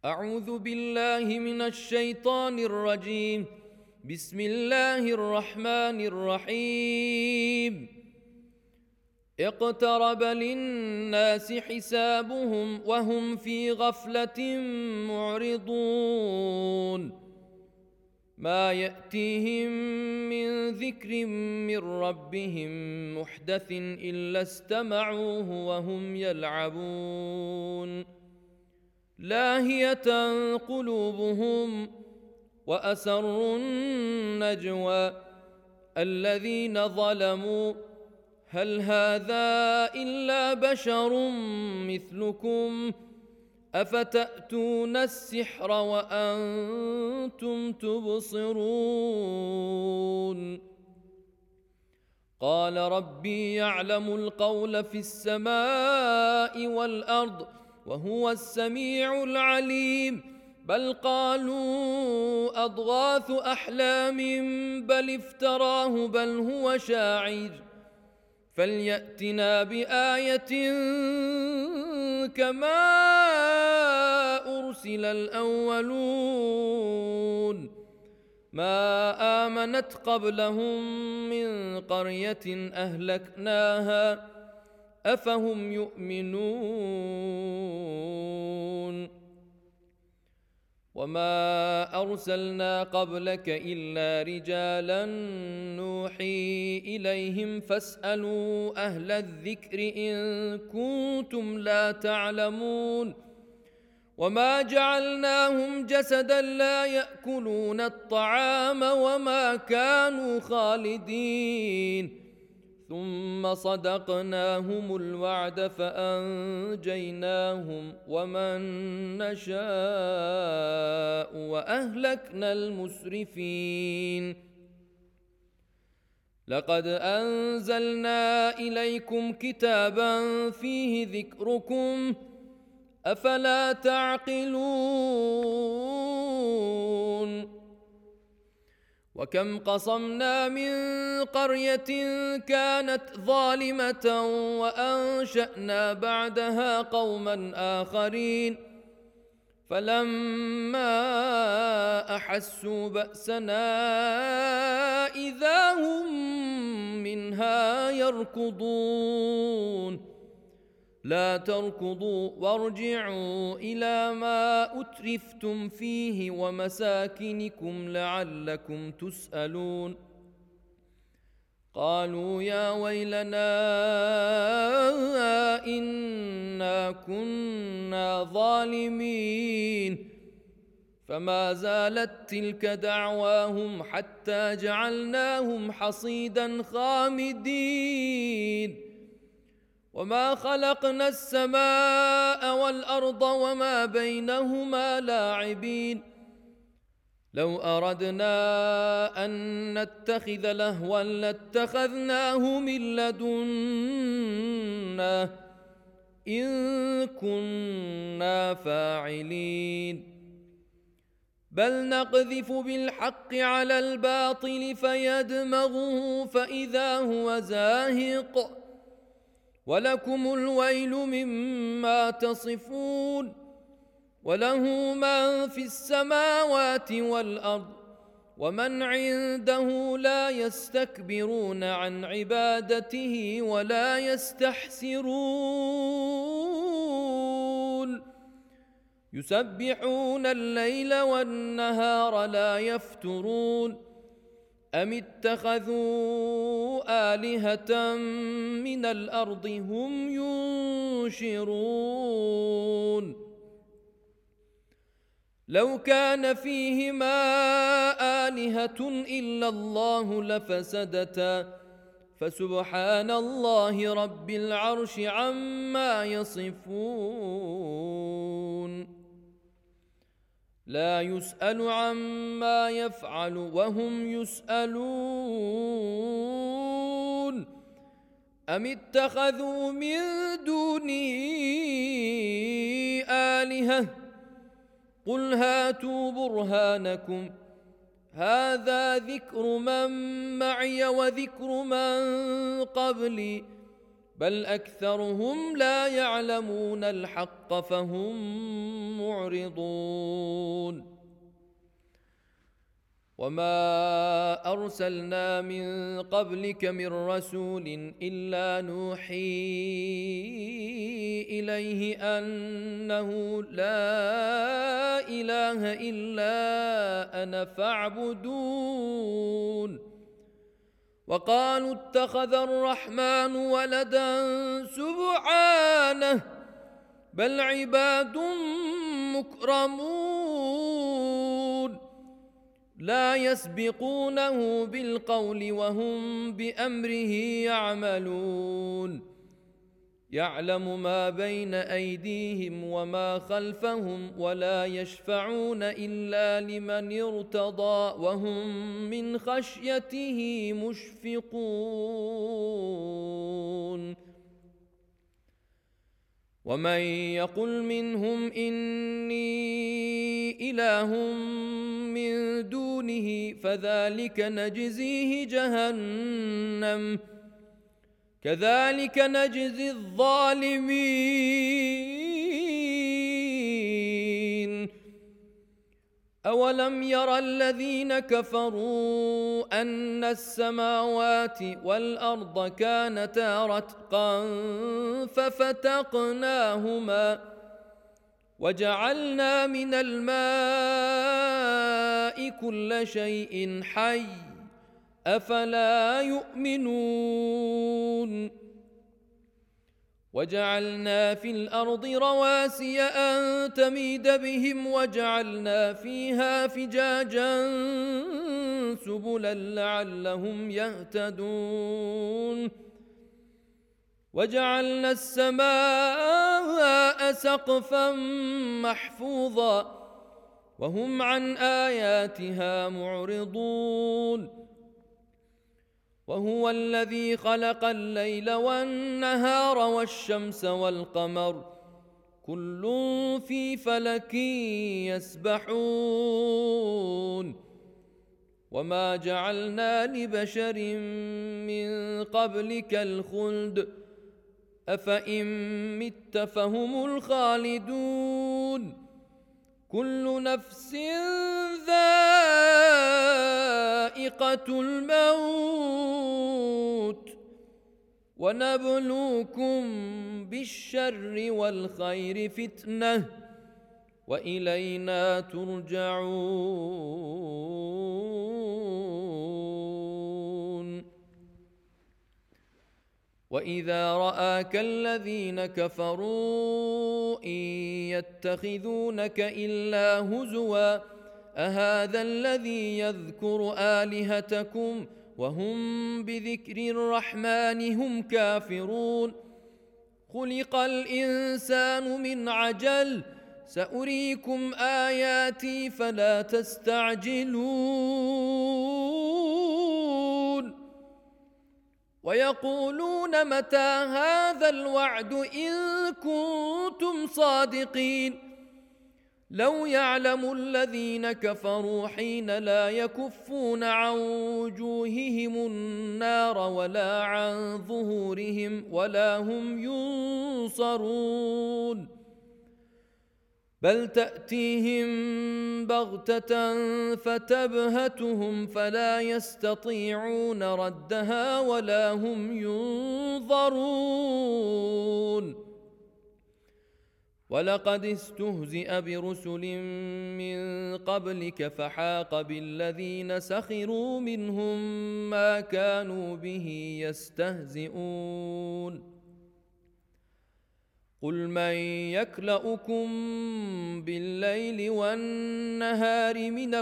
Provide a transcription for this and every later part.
أعوذ بالله من الشيطان الرجيم. بسم الله الرحمن الرحيم. اقترب للناس حسابهم وهم في غفلة معرضون. ما يأتيهم من ذكر من ربهم محدث إلا استمعوه وهم يلعبون. لاهية قلوبهم وأسروا النجوى الذين ظلموا هل هذا إلا بشر مثلكم أفتأتون السحر وأنتم تبصرون. قال ربي يعلم القول في السماء والأرض وهو السميع العليم. بل قالوا أضغاث أحلام بل افتراه بل هو شاعر فليأتنا بآية كما أرسل الأولون. ما آمنت قبلهم من قرية أهلكناها أفهم يؤمنون. وما أرسلنا قبلك إلا رجالا نوحي إليهم فاسألوا أهل الذكر إن كنتم لا تعلمون. وما جعلناهم جسدا لا يأكلون الطعام وما كانوا خالدين ثم صدقناهم الوعد فأنجيناهم ومن نشاء وأهلكنا المسرفين. لقد أنزلنا إليكم كتابا فيه ذكركم أفلا تعقلون. وكم قصمنا من قرية كانت ظالمة وأنشأنا بعدها قوما آخرين فلما أحسوا بأسنا إذا هم منها يركضون. لا تركضوا وارجعوا إلى ما أترفتم فيه ومساكنكم لعلكم تسألون. قالوا يا ويلنا إنا كنا ظالمين. فما زالت تلك دعواهم حتى جعلناهم حصيدا خامدين. وما خلقنا السماء والأرض وما بينهما لاعبين. لو أردنا أن نتخذ لهوا لاتخذناه من لدنا إن كنا فاعلين. بل نقذف بالحق على الباطل فيدمغه فإذا هو زاهق ولكم الويل مما تصفون. وله من في السماوات والأرض ومن عنده لا يستكبرون عن عبادته ولا يستحسرون. يسبحون الليل والنهار لا يفترون. أم اتخذوا آلهة من الأرض هم ينشرون. لو كان فيهما آلهة إلا الله لفسدتا فسبحان الله رب العرش عما يصفون. لا يسأل عما يفعل وهم يسألون. أم اتخذوا من دونه آلهة قل هاتوا برهانكم هذا ذكر من معي وذكر من قبلي بل أكثرهم لا يعلمون الحق فهم معرضون وما أرسلنا من قبلك من رسول إلا نوحي إليه أنه لا إله إلا أنا فاعبدون وقالوا اتخذ الرحمن ولدا سبحانه بل عباد مكرمون لا يسبقونه بالقول وهم بأمره يعملون يعلم ما بين أيديهم وما خلفهم ولا يشفعون إلا لمن ارتضى وهم من خشيته مشفقون ومن يقل منهم إني إله من دونه فذلك نجزيه جهنم كذلك نجزي الظالمين أولم ير الذين كفروا أن السماوات والأرض كانتا رتقا ففتقناهما وجعلنا من الماء كل شيء حي أفلا يؤمنون وجعلنا في الأرض رواسي أن تميد بهم وجعلنا فيها فجاجا سبلا لعلهم يهتدون وجعلنا السماء سقفا محفوظا وهم عن آياتها معرضون وهو الذي خلق الليل والنهار والشمس والقمر كل في فلك يسبحون وما جعلنا لبشر من قبلك الخلد أفإن مت فهم الخالدون كل نفس ذائقة الموت ونبلوكم بالشر والخير فتنة وإلينا ترجعون وإذا رآك الذين كفروا إن يتخذونك إلا هزوا أهذا الذي يذكر آلهتكم وهم بذكر الرحمن هم كافرون خلق الإنسان من عجل سأريكم آياتي فلا تستعجلون ويقولون متى هذا الوعد إن كنتم صادقين لو يعلم الذين كفروا حين لا يكفون عن وجوههم النار ولا عن ظهورهم ولا هم ينصرون بل تأتيهم بغتة فتبهتهم فلا يستطيعون ردها ولا هم ينظرون ولقد استهزئ برسل من قبلك فحاق بالذين سخروا منهم ما كانوا به يستهزئون قل من يكلؤكم بالليل والنهار من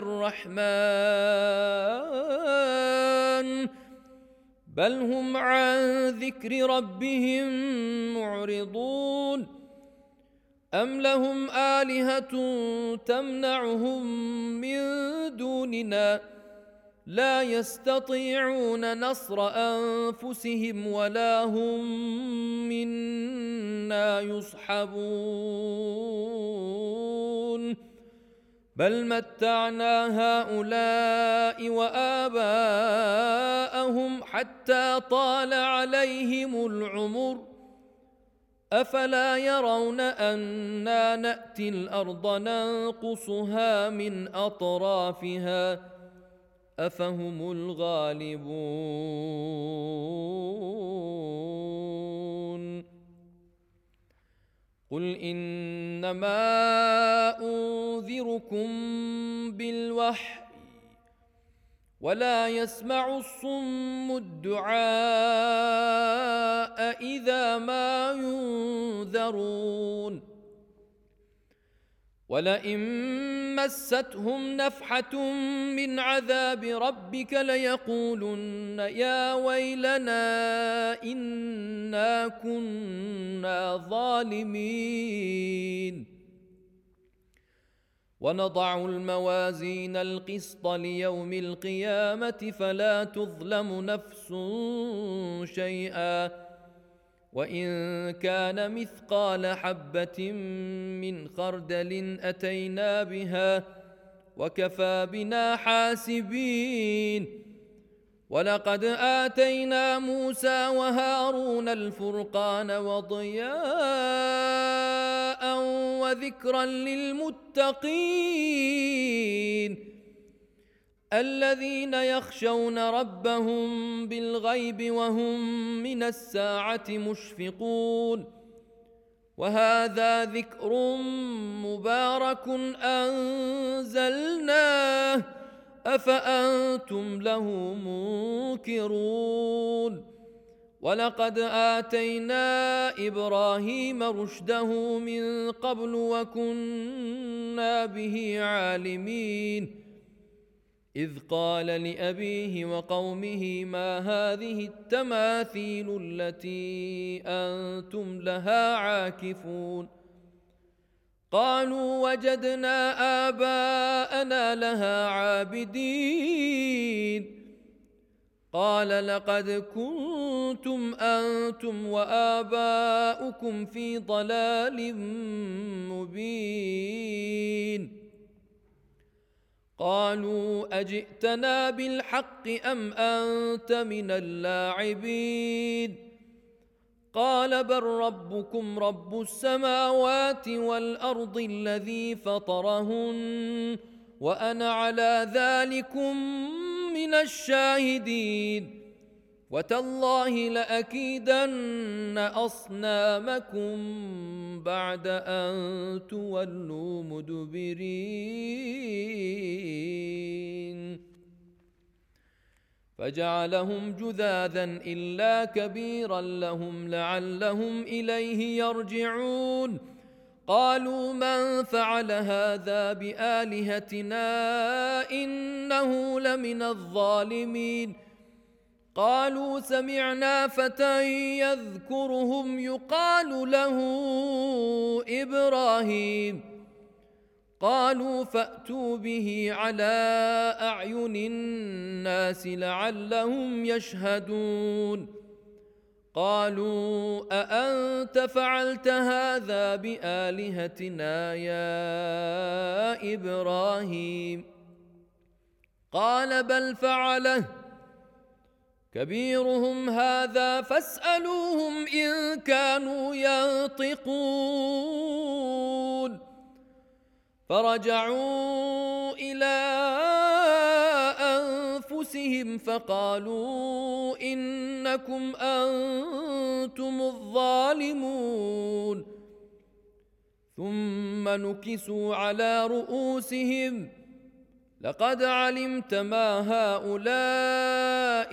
الرحمن بل هم عن ذكر ربهم معرضون أم لهم آلهة تمنعهم من دوننا لا يستطيعون نصر أنفسهم ولا هم منا يصحبون بل متعنا هؤلاء وآباءهم حتى طال عليهم العمر أفلا يرون أنا نأتي الأرض ننقصها من أطرافها أفهم الغالبون قل إنما أنذركم بالوحي ولا يسمع الصم الدعاء إذا ما ينذرون ولئن مستهم نفحة من عذاب ربك ليقولن يا ويلنا إنا كنا ظالمين ونضع الموازين القسط ليوم القيامة فلا تظلم نفس شيئا وإن كان مثقال حبة من خردل أتينا بها وكفى بنا حاسبين ولقد آتينا موسى وهارون الفرقان وضياء وذكرا للمتقين الذين يخشون ربهم بالغيب وهم من الساعة مشفقون وهذا ذكر مبارك أنزلناه أفأنتم له منكرون ولقد آتينا إبراهيم رشده من قبل وكنا به عالمين إذ قال لأبيه وقومه ما هذه التماثيل التي أنتم لها عاكفون قالوا وجدنا آباءنا لها عابدين قال لقد كنتم أنتم وآباؤكم في ضلال مبين قالوا أجئتنا بالحق أم أنت من اللاعبين قال بل ربكم رب السماوات والأرض الذي فطرهن وأنا على ذلكم من الشاهدين وتالله لأكيدن أصنامكم بعد أن تولوا مدبرين فجعلهم جذاذا إلا كبيرا لهم لعلهم إليه يرجعون قالوا من فعل هذا بآلهتنا إنه لمن الظالمين قالوا سمعنا فتى يذكرهم يقال له إبراهيم قالوا فأتوا به على أعين الناس لعلهم يشهدون قالوا أأنت فعلت هذا بآلهتنا يا إبراهيم قال بل فعله كبيرهم هذا فاسألوهم إن كانوا ينطقون فرجعوا إلى أنفسهم فقالوا إنكم أنتم الظالمون ثم نكسوا على رؤوسهم لقد علمت ما هؤلاء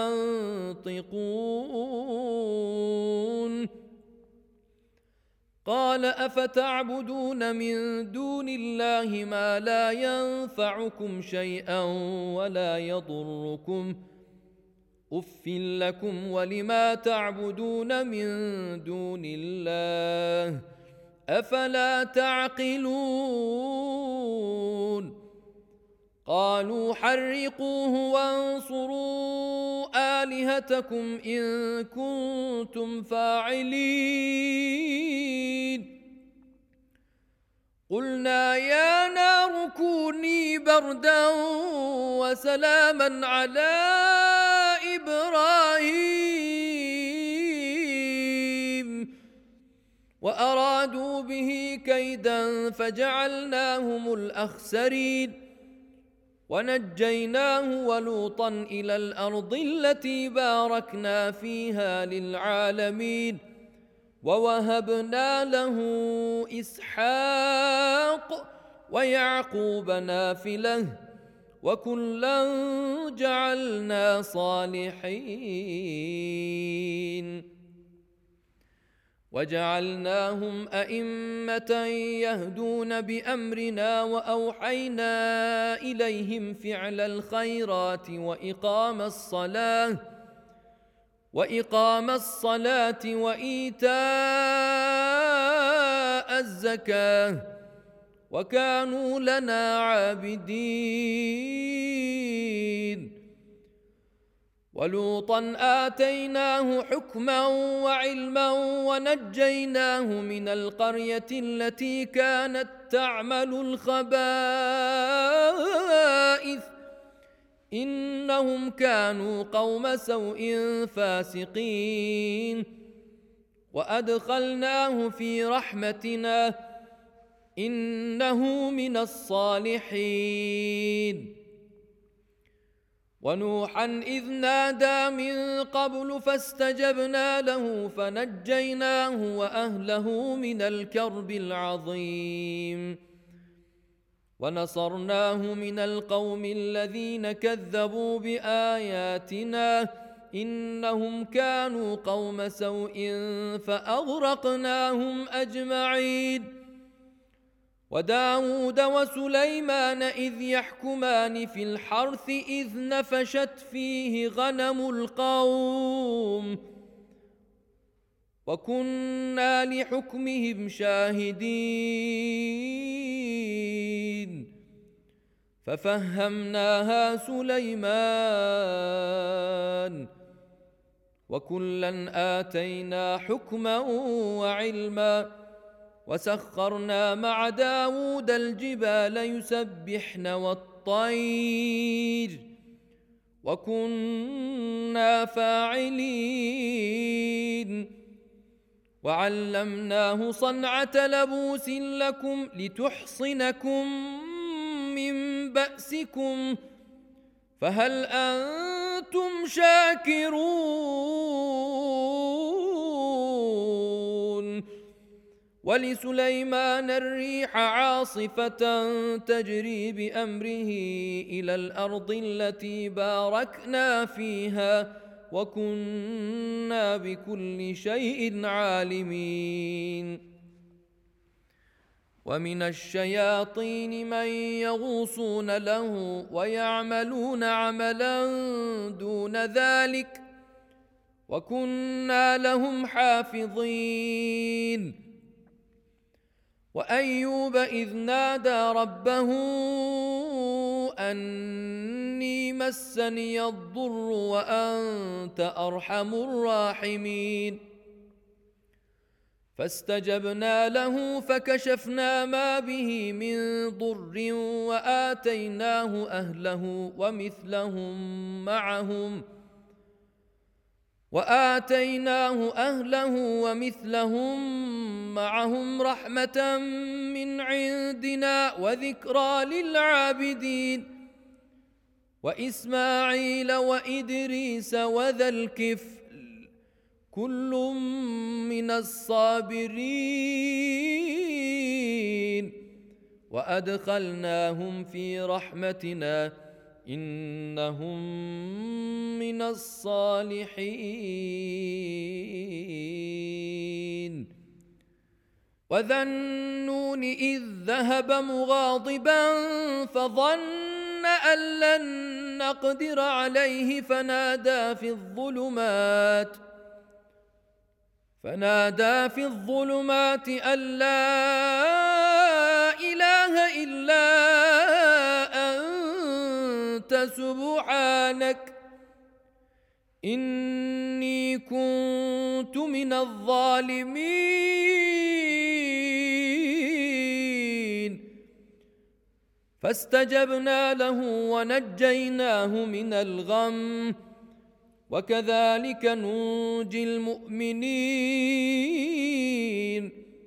ينطقون قال أفتعبدون من دون الله ما لا ينفعكم شيئا ولا يضركم أف لكم ولما تعبدون من دون الله أفلا تعقلون قالوا حرقوه وانصروا آلهتكم إن كنتم فاعلين قلنا يا نار كوني بردا وسلاما على إبراهيم وأرادوا به كيدا فجعلناهم الأخسرين ونجيناه ولوطا إلى الأرض التي باركنا فيها للعالمين ووهبنا له إسحاق ويعقوب نافلة وكلا جعلنا صالحين وجعلناهم أئمة يهدون بأمرنا وأوحينا إليهم فعل الخيرات وإقام الصلاة وإيتاء الزكاة وكانوا لنا عابدين ولوطا آتيناه حكما وعلما ونجيناه من القرية التي كانت تعمل الخبائث إنهم كانوا قوم سوء فاسقين وأدخلناه في رحمتنا إنه من الصالحين ونوحا إذ نادى من قبل فاستجبنا له فنجيناه وأهله من الكرب العظيم ونصرناه من القوم الذين كذبوا بآياتنا إنهم كانوا قوم سوء فأغرقناهم أجمعين وداود وسليمان إذ يحكمان في الحرث إذ نفشت فيه غنم القوم وكنا لحكمهم شاهدين ففهمناها سليمان وكلا آتينا حكما وعلما وسخرنا مع داود الجبال يسبحن والطير وكنا فاعلين وعلمناه صنعة لبوس لكم لتحصنكم من بأسكم فهل أنتم شاكرون ولسليمان الريح عاصفة تجري بأمره إلى الأرض التي باركنا فيها وكنا بكل شيء عالمين ومن الشياطين من يغوصون له ويعملون عملا دون ذلك وكنا لهم حافظين وأيوب إذ نادى ربه أني مسني الضر وأنت أرحم الراحمين فاستجبنا له فكشفنا ما به من ضر وآتيناه أهله ومثلهم معهم رحمة من عندنا وذكرى للعابدين وإسماعيل وإدريس وذا الكفل كل من الصابرين وأدخلناهم في رحمتنا إنهم من الصالحين وذا النون إذ ذهب مغاضبا فظن أن لن نقدر عليه فنادى في الظلمات أن لا إله إلا أنت سبحانك إني كنت من الظالمين فاستجبنا له ونجيناه من الغم وكذلك ننجي المؤمنين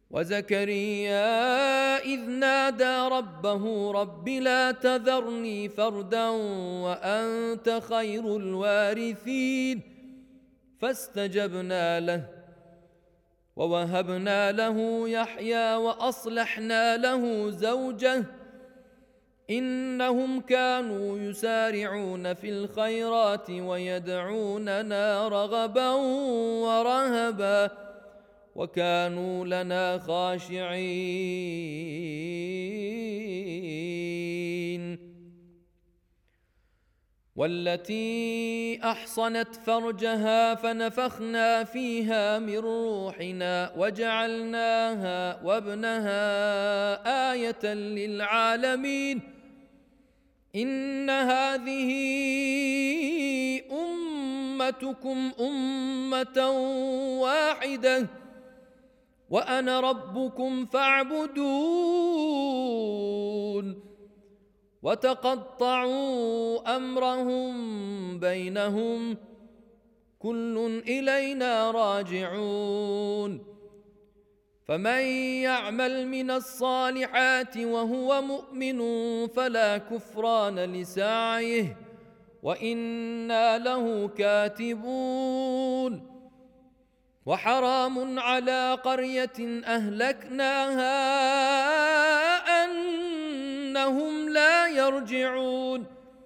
وزكريا إذ نادى ربه رب لا تذرني فردا وأنت خير الوارثين فاستجبنا له ووهبنا له يحيى وأصلحنا له زوجه إنهم كانوا يسارعون في الخيرات ويدعوننا رغبا ورهبا وكانوا لنا خاشعين والتي أحصنت فرجها فنفخنا فيها من روحنا وجعلناها وابنها آية للعالمين إن هذه أمتكم أمة واحدة وأنا ربكم فاعبدون وتقطعوا أمرهم بينهم كل إلينا راجعون فمن يعمل من الصالحات وهو مؤمن فلا كفران لسعيه وإنا له كاتبون وحرام على قرية أهلكناها أنهم لا يرجعون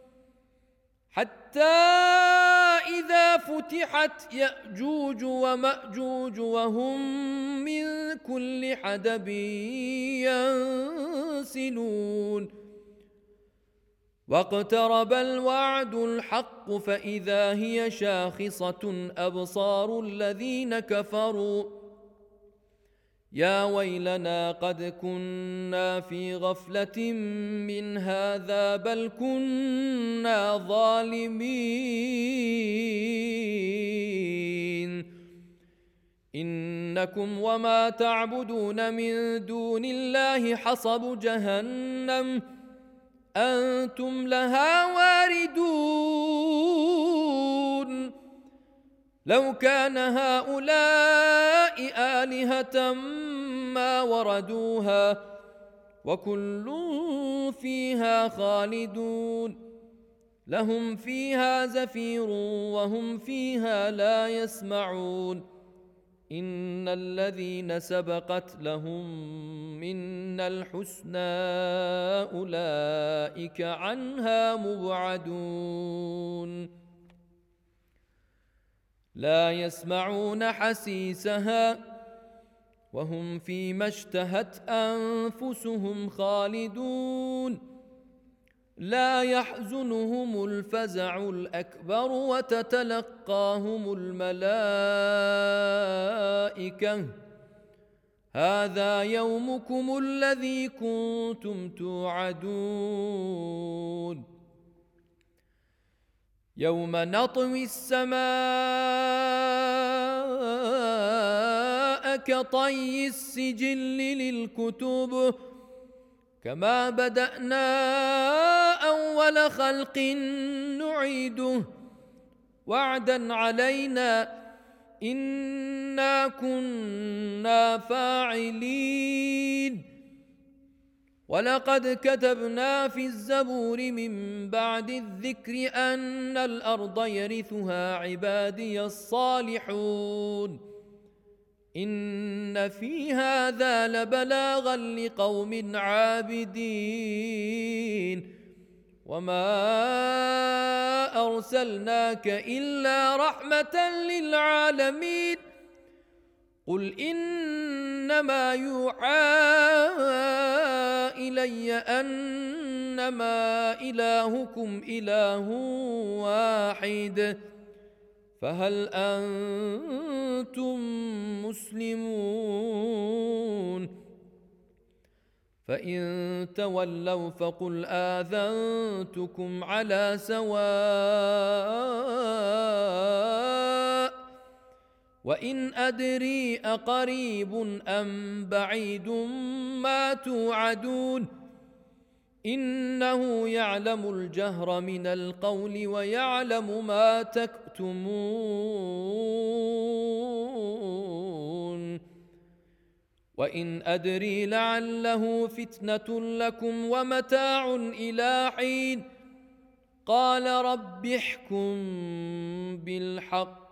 حتى إذا فتحت يأجوج ومأجوج وهم من كل حدب ينسلون واقترب الوعد الحق فإذا هي شاخصة أبصار الذين كفروا يا ويلنا قد كنا في غفلة من هذا بل كنا ظالمين إنكم وما تعبدون من دون الله حصب جهنم أنتم لها واردون لو كان هؤلاء آلهة ما وردوها وكل فيها خالدون لهم فيها زفير وهم فيها لا يسمعون إن الذين سبقت لهم منا الحسنى أولئك عنها مبعدون لا يسمعون حسيسها وهم فيما اشتهت أنفسهم خالدون لا يحزنهم الفزع الأكبر وتتلقاهم الملائكة هذا يومكم الذي كنتم توعدون يوم نطوي السماء كطي السجل للكتب كما بدأنا أول خلق نعيده وعدا علينا إنا كنا فاعلين ولقد كتبنا في الزبور من بعد الذكر أن الأرض يرثها عبادي الصالحون إن في هذا لبلاغا لقوم عابدين وما أرسلناك إلا رحمة للعالمين قل إنما يوحى إلي أنما إلهكم إله واحد فهل أنتم مسلمون فإن تولوا فقل آذنتكم على سواء وإن أدري أقريب أم بعيد ما توعدون إنه يعلم الجهر من القول ويعلم ما تكتمون وإن أدري لعله فتنة لكم ومتاع إلى حين قال رب احكم بالحق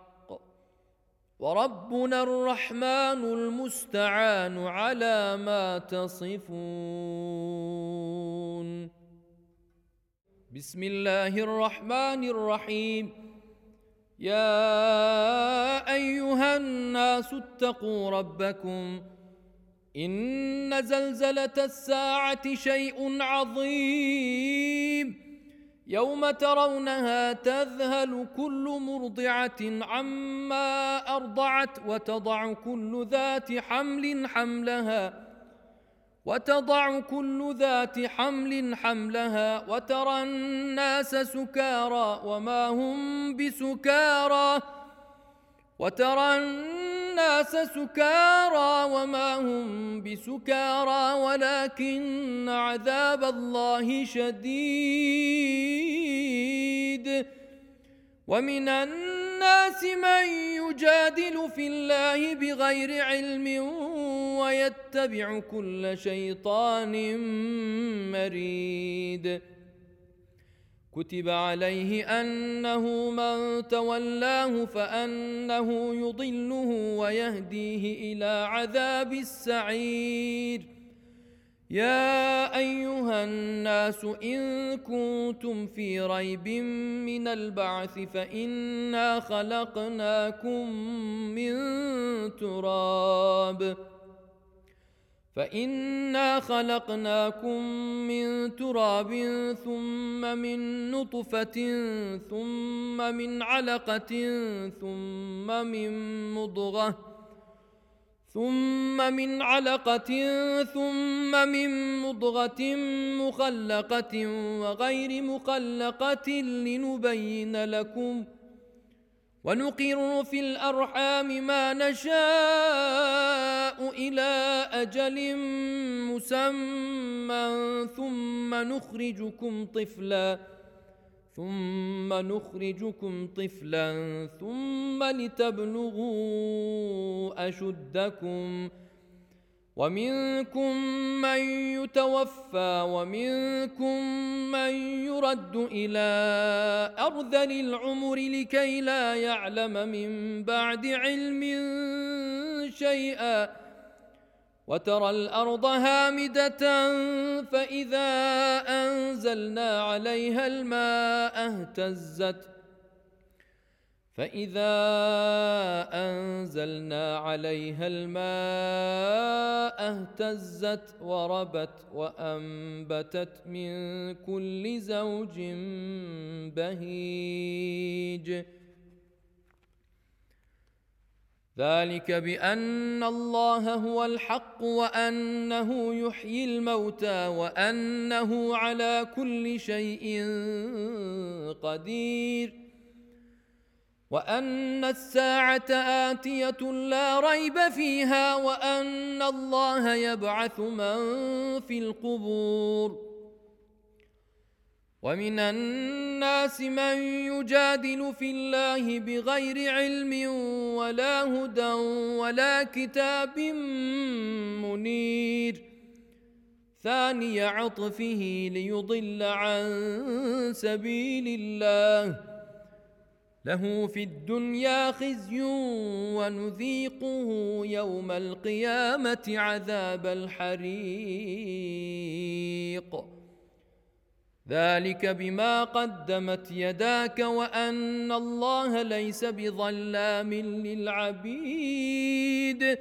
وربنا الرحمن المستعان على ما تصفون. بسم الله الرحمن الرحيم. يا أيها الناس اتقوا ربكم إن زلزلة الساعة شيء عظيم يوم ترونها تذهل كل مرضعة عما أرضعت وتضع كل ذات حمل حملها وترى الناس سكارى وما هم بسكارى ولكن عذاب الله شديد. ومن الناس من يجادل في الله بغير علم ويتبع كل شيطان مريد. كتب عليه أنه من تولاه فأنه يضله ويهديه إلى عذاب السعير. يا أيها الناس إن كنتم في ريب من البعث فإنا خلقناكم من تراب ثم من نطفة ثم من علقة ثم من مضغة مخلقة وغير مخلقة لنبين لكم ونقر في الأرحام ما نشاء إلى أجل مسمى ثم نخرجكم طفلا ثم لتبلغوا أشدكم ومنكم من يتوفى ومنكم من يرد إلى أرذل العمر لكي لا يعلم من بعد علم شيئا وترى الأرض هامدة فإذا أنزلنا عليها الماء اهتزت وربت وأنبتت من كل زوج بهيج. ذلك بأن الله هو الحق وأنه يحيي الموتى وأنه على كل شيء قدير وأن الساعة آتية لا ريب فيها وأن الله يبعث من في القبور. ومن الناس من يجادل في الله بغير علم ولا هدى ولا كتاب منير ثاني عطفه ليضل عن سبيل الله له في الدنيا خزي ونذيقه يوم القيامة عذاب الحريق. ذلك بما قدمت يداك وأن الله ليس بظلام للعبيد.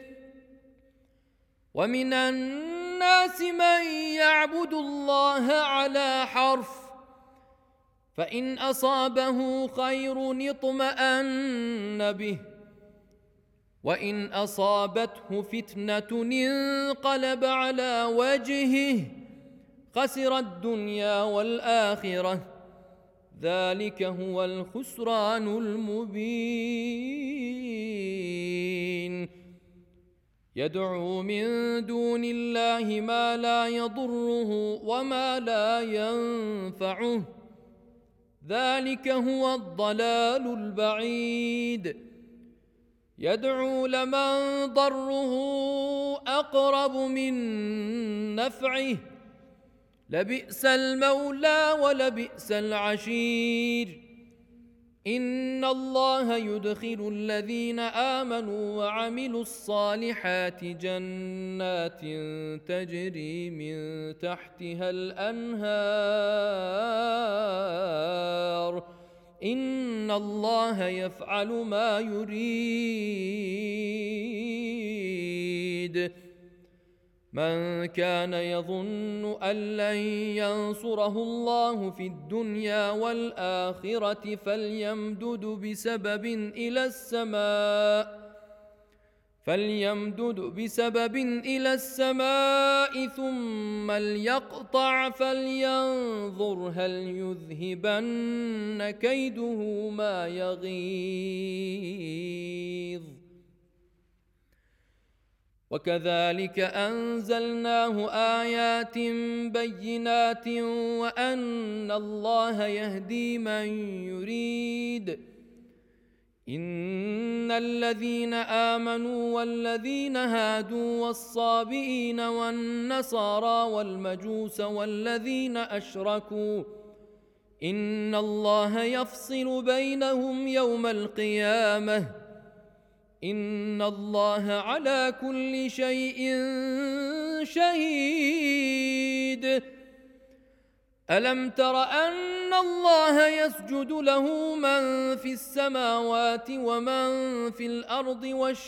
ومن الناس من يعبد الله على حرف فإن أصابه خير اطمأن به وإن أصابته فتنة انقلب على وجهه خسر الدنيا والآخرة ذلك هو الخسران المبين. يدعو من دون الله ما لا يضره وما لا ينفعه ذلك هو الضلال البعيد. يدعو لمن ضره أقرب من نفعه لبئس المولى ولبئس العشير. إن الله يدخل الذين آمنوا وعملوا الصالحات جنات تجري من تحتها الأنهار إن الله يفعل ما يريد. من كان يظن أن لن ينصره الله في الدنيا والآخرة فليمدد بسبب إلى السماء ثم ليقطع فلينظر هل يذهبن كيده ما يغيظ. وكذلك أنزلناه آيات بينات وأن الله يهدي من يريد. إن الذين آمنوا والذين هادوا والصابئين والنصارى والمجوس والذين أشركوا إن الله يفصل بينهم يوم القيامة إن الله على كل شيء شهيد. ألم تر أن الله يسجد له من في السماوات ومن في الأرض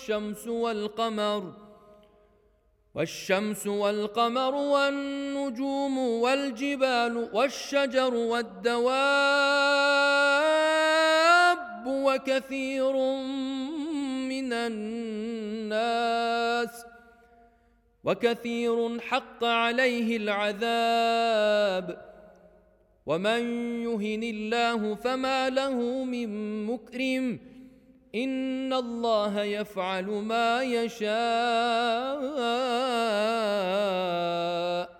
والشمس والقمر والنجوم والجبال والشجر والدواب وكثير من الناس وكثير حق عليه العذاب ومن يهن الله فما له من مكرم إن الله يفعل ما يشاء.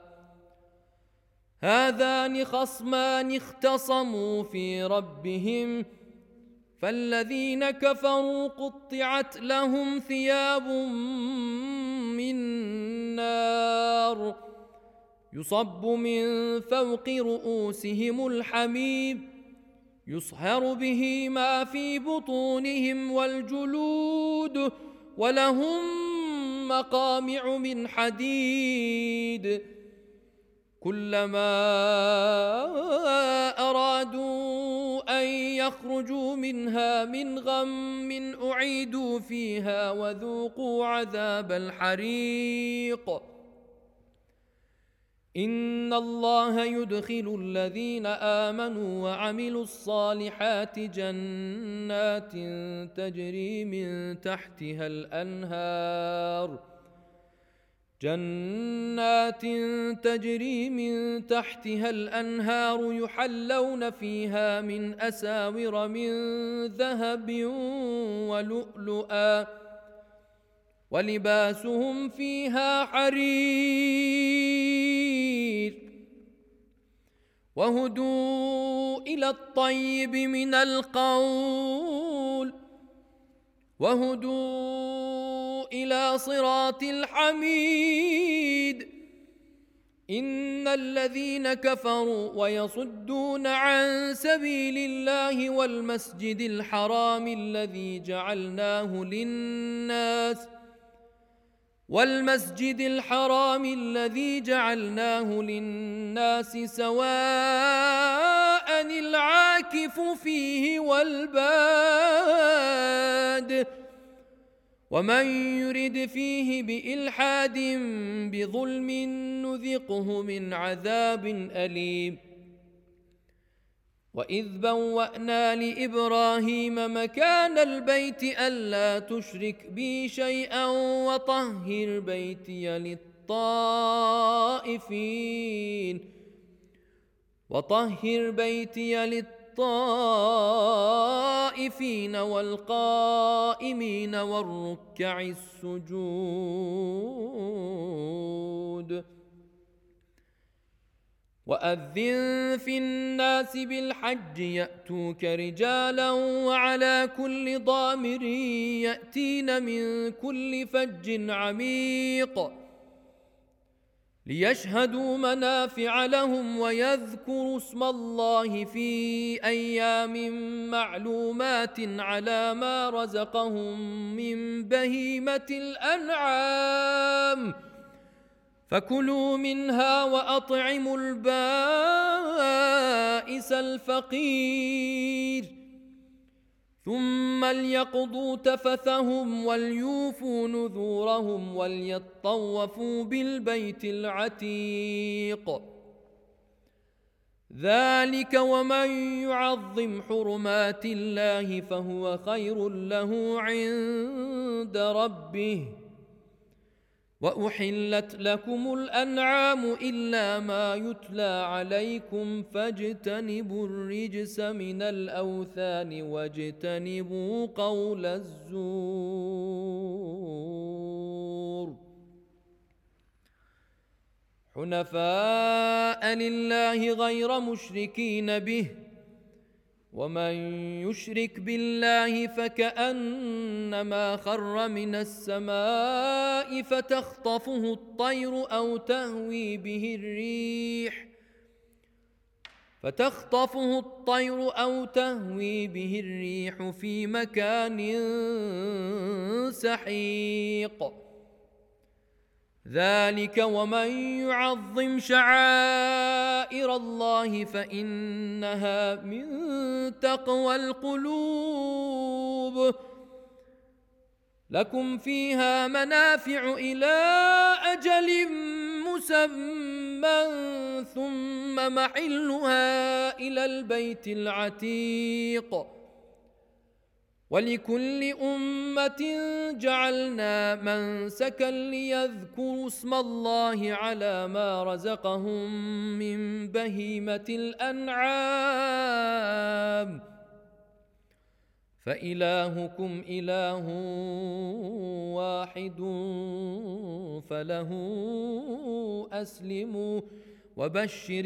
هذان خصمان اختصموا في ربهم فالذين كفروا قطعت لهم ثياب من نار يصب من فوق رؤوسهم الحميم يصهر به ما في بطونهم والجلود ولهم مقامع من حديد كلما أرادوا أن يخرجوا منها من غم أعيدوا فيها وذوقوا عذاب الحريق. إن الله يدخل الذين آمنوا وعملوا الصالحات جنات تجري من تحتها الأنهار يحلون فيها من أساور من ذهب ولؤلؤا ولباسهم فيها حرير وهدوا إلى الطيب من القول وهدوا إلى صراط الحميد. إن الذين كفروا ويصدون عن سبيل الله والمسجد الحرام الذي جعلناه للناس سواء العاكف فيه والباد ومن يرد فيه بإلحاد بظلم نذقه من عذاب أليم. وإذ بوأنا لإبراهيم مكان البيت ألا تشرك بي شيئا وطهر بيتي للطائفين والقائمين والركع السجود. وأذن في الناس بالحج يأتوك رجالا وعلى كل ضامر يأتين من كل فج عميق ليشهدوا منافع لهم ويذكروا اسم الله في أيام معلومات على ما رزقهم من بهيمة الأنعام فكلوا منها وأطعموا البائس الفقير ثم ليقضوا تفثهم وليوفوا نذورهم وليطوفوا بالبيت العتيق ذلك ومن يعظم حرمات الله فهو خير له عند ربه وأحلت لكم الأنعام إلا ما يتلى عليكم فاجتنبوا الرجس من الأوثان واجتنبوا قول الزور حنفاء لله غير مشركين به ومن يشرك بالله فكأنما خر من السماء فتخطفه الطير أو تهوي به الريح في مكان سحيق ذلك ومن يعظم شعائر الله فإنها من تقوى القلوب لكم فيها منافع إلى أجل مسمى ثم محلها إلى البيت العتيق ولكل أمة جعلنا منسكا ليذكروا اسم الله على ما رزقهم من بهيمة الأنعام فإلهكم إله واحد فله أسلموا وبشر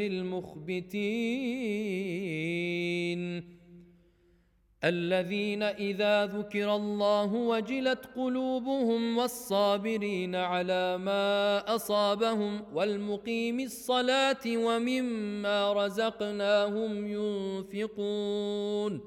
المخبتين الذين إذا ذكر الله وجلت قلوبهم والصابرين على ما أصابهم والمقيم الصلاة ومما رزقناهم ينفقون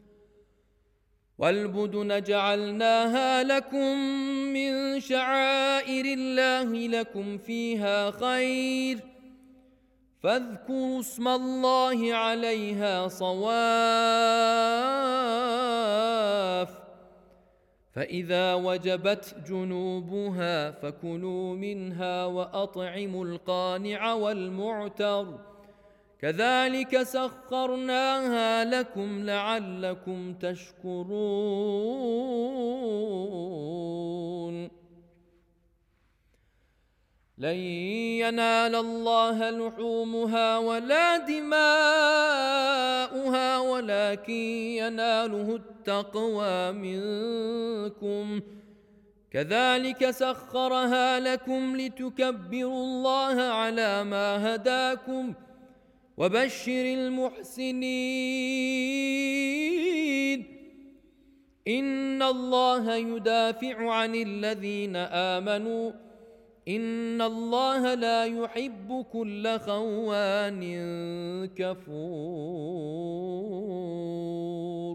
والبدن جعلناها لكم من شعائر الله لكم فيها خير فاذكروا اسم الله عليها صواف فإذا وجبت جنوبها فكلوا منها وأطعموا القانع والمعتر كذلك سخرناها لكم لعلكم تشكرون لن ينال الله لحومها ولا دماؤها ولكن يناله التقوى منكم كذلك سخرها لكم لتكبروا الله على ما هداكم وبشر المحسنين إن الله يدافع عن الذين آمنوا إن الله لا يحب كل خوان كفور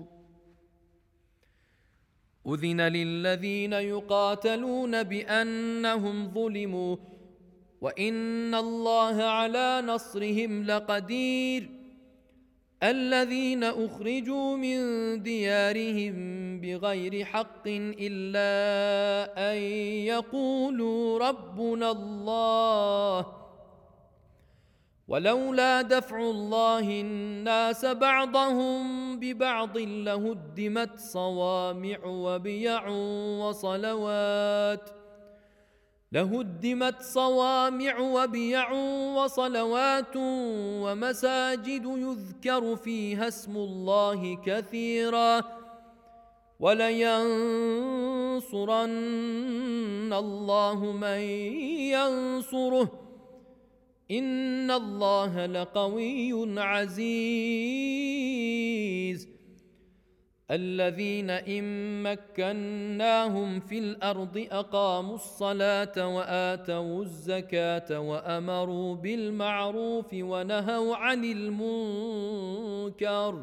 أذن للذين يقاتلون بأنهم ظلموا وإن الله على نصرهم لقدير الذين أخرجوا من ديارهم بغير حق إلا أن يقولوا ربنا الله ولولا دفع الله الناس بعضهم ببعض لهدمت صوامع وبيع وصلوات ومساجد يذكر فيها اسم الله كثيرا ولينصرن الله من ينصره إن الله لقوي عزيز. الذين إن مكناهم في الأرض أقاموا الصلاة وآتوا الزكاة وأمروا بالمعروف ونهوا عن المنكر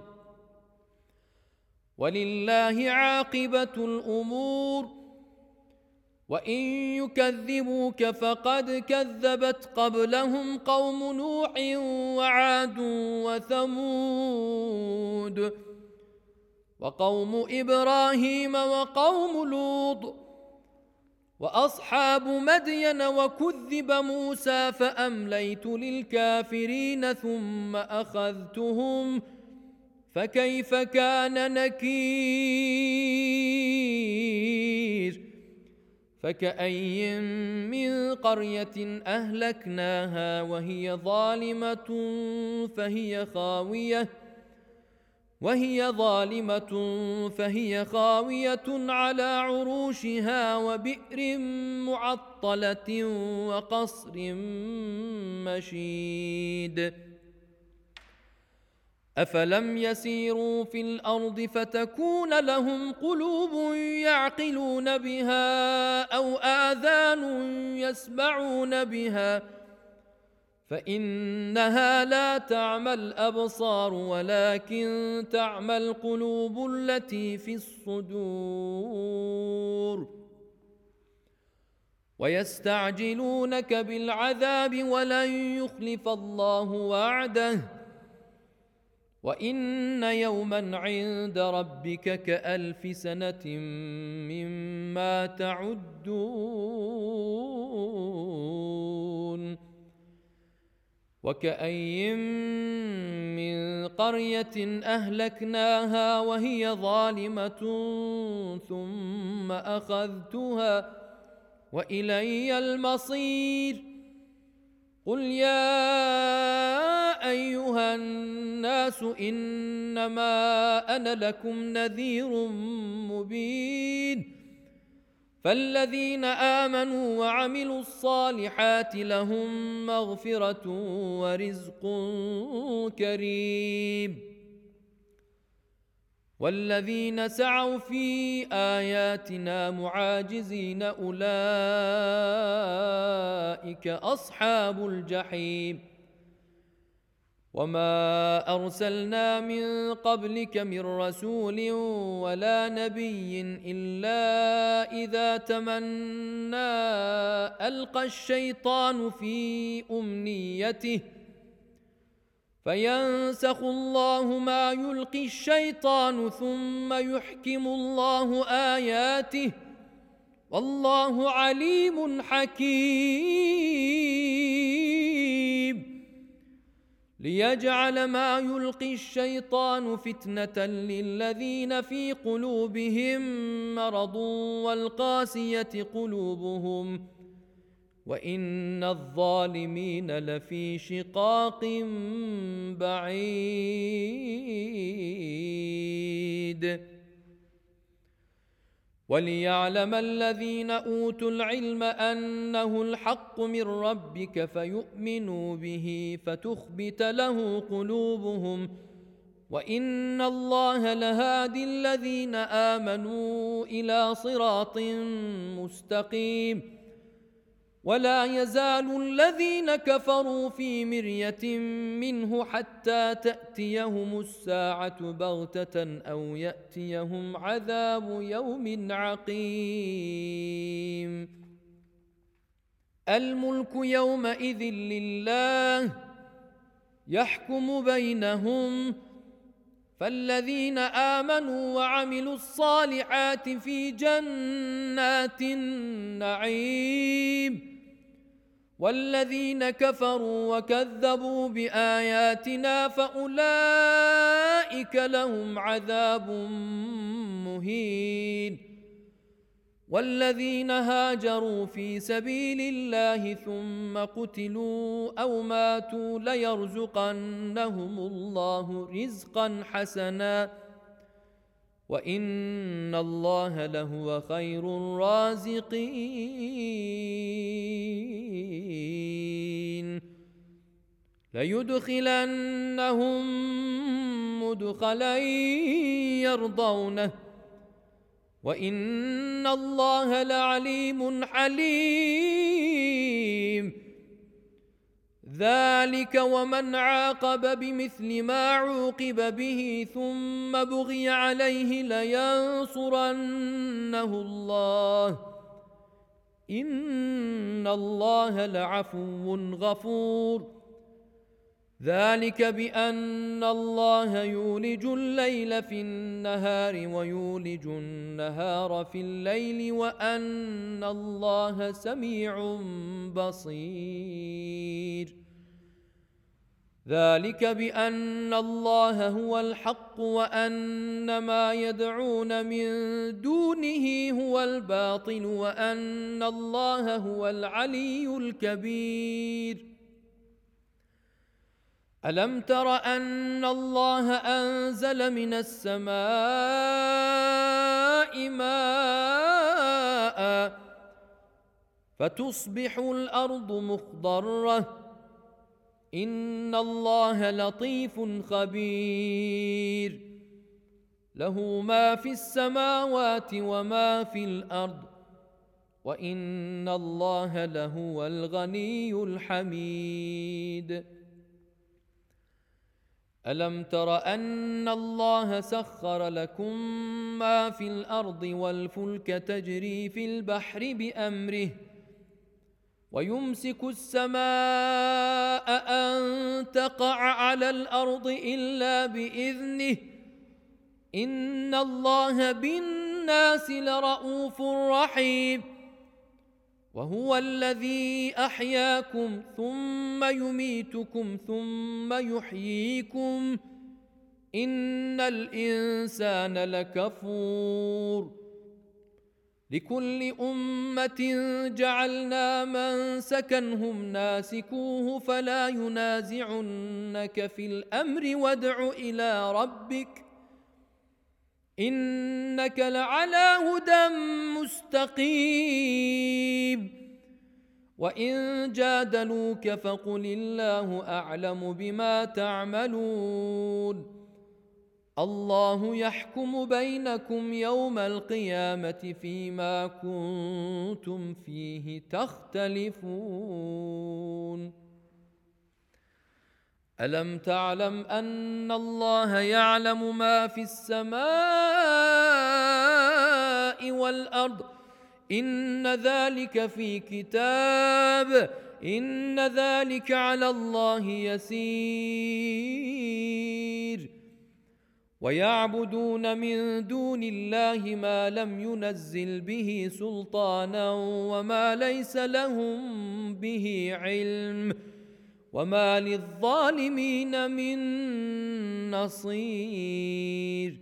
ولله عاقبة الأمور. وإن يكذبوك فقد كذبت قبلهم قوم نوح وعاد وثمود وقوم إبراهيم وقوم لوط وأصحاب مدين وكذب موسى فأمليت للكافرين ثم أخذتهم فكيف كان نكير. فكأي من قرية أهلكناها وهي ظالمة فهي خاوية على عروشها وبئر معطلة وقصر مشيد. أفلم يسيروا في الأرض فتكون لهم قلوب يعقلون بها أو آذان يسمعون بها فإنها لا تعمى الأبصار ولكن تعمى القلوب التي في الصدور. ويستعجلونك بالعذاب ولن يخلف الله وعده وإن يوما عند ربك كألف سنة مما تعدون. وكأي من قرية أهلكناها وهي ظالمة ثم أخذتها وإلي المصير. قل يا أيها الناس إنما أنا لكم نذير مبين. فالذين آمنوا وعملوا الصالحات لهم مغفرة ورزق كريم. والذين سعوا في آياتنا معاجزين أولئك أصحاب الجحيم. وما أرسلنا من قبلك من رسول ولا نبي إلا إذا تمنى ألقى الشيطان في أمنيته فينسخ الله ما يلقي الشيطان ثم يحكم الله آياته والله عليم حكيم. ليجعل ما يلقي الشيطان فتنة للذين في قلوبهم مرض والقاسية قلوبهم وإن الظالمين لفي شقاق بعيد. وليعلم الذين أوتوا العلم أنه الحق من ربك فيؤمنوا به فتخبت له قلوبهم وإن الله لهادي الذين آمنوا إلى صراط مستقيم. ولا يزال الذين كفروا في مرية منه حتى تأتيهم الساعة بغتة أو يأتيهم عذاب يوم عقيم. الملك يومئذ لله يحكم بينهم فالذين آمنوا وعملوا الصالحات في جنات النعيم والذين كفروا وكذبوا بآياتنا فأولئك لهم عذاب مهين. والذين هاجروا في سبيل الله ثم قتلوا أو ماتوا ليرزقنهم الله رزقا حسنا وإن الله لهو خير الرازقين. ليدخلنهم مدخلا يرضونه وإن الله لعليم حليم. ذلك ومن عاقب بمثل ما عوقب به ثم بغي عليه لينصرنه الله إن الله لعفو غفور. ذلك بأن الله يولج الليل في النهار ويولج النهار في الليل وأن الله سميع بصير. ذلك بأن الله هو الحق وأن ما يدعون من دونه هو الباطل وأن الله هو العلي الكبير. ألم تر أن الله أنزل من السماء ماء فتصبح الأرض مخضرة إن الله لطيف خبير. له ما في السماوات وما في الأرض وإن الله لهو الغني الحميد. ألم تر أن الله سخر لكم ما في الأرض والفلك تجري في البحر بأمره ويمسك السماء أن تقع على الأرض إلا بإذنه إن الله بالناس لرءوف رحيم. وهو الذي أحياكم ثم يميتكم ثم يحييكم إن الإنسان لكفور. لكل أمة جعلنا منسكا هم ناسكوه فلا ينازعنك في الأمر وادع إلى ربك إنك لعلى هدى مستقيم. وإن جادلوك فقل الله أعلم بما تعملون الله يحكم بينكم يوم القيامة فيما كنتم فيه تختلفون. ألم تعلم أن الله يعلم ما في السماء والأرض إن ذلك في كتاب إن ذلك على الله يسير. ويعبدون من دون الله ما لم ينزل به سلطانا وما ليس لهم به علم وما للظالمين من نصير.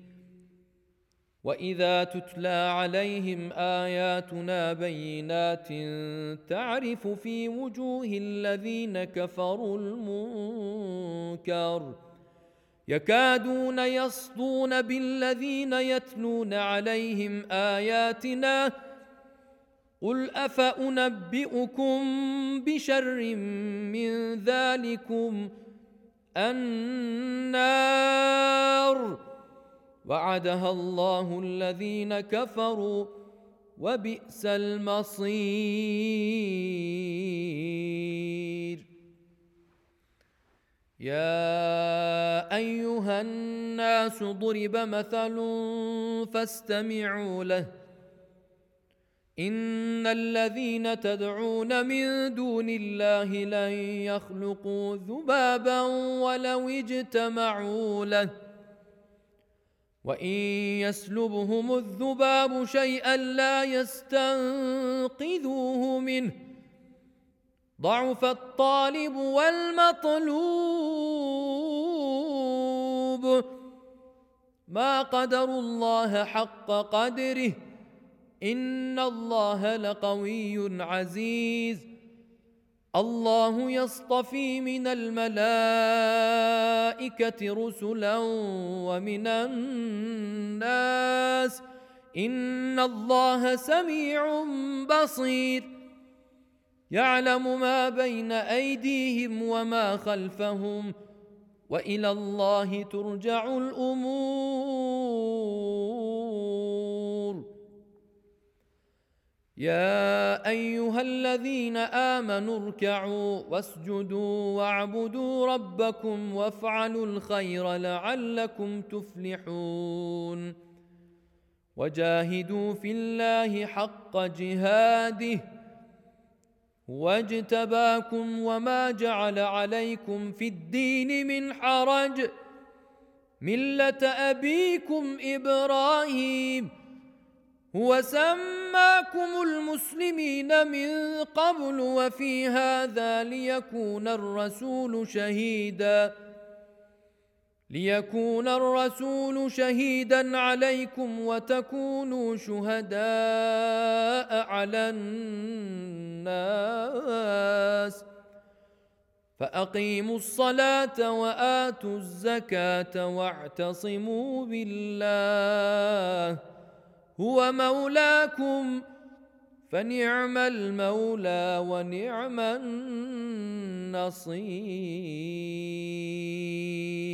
وإذا تتلى عليهم آياتنا بينات تعرف في وجوه الذين كفروا المنكر يكادون يصدون بالذين يتلون عليهم آياتنا قل أفأنبئكم بشر من ذلكم النار وعدها الله الذين كفروا وبئس المصير. يا أيها الناس ضرب مثل فاستمعوا له إن الذين تدعون من دون الله لن يخلقوا ذبابا ولو اجتمعوا له وإن يسلبهم الذباب شيئا لا يستنقذوه منه ضعف الطالب والمطلوب ما قدروا الله حق قدره إن الله لقوي عزيز. الله يصطفي من الملائكة رسلا ومن الناس إن الله سميع بصير. يعلم ما بين أيديهم وما خلفهم وإلى الله ترجع الأمور. يا أيها الذين آمنوا اركعوا واسجدوا واعبدوا ربكم وافعلوا الخير لعلكم تفلحون. وجاهدوا في الله حق جهاده واجتباكم وما جعل عليكم في الدين من حرج ملة أبيكم إبراهيم هو سماكم المسلمين من قبل وفي هذا ليكون الرسول شهيدا عليكم وتكونوا شهداء على الناس فأقيموا الصلاة وآتوا الزكاة واعتصموا بالله هو مولاكم فنعم المولى ونعم النصير.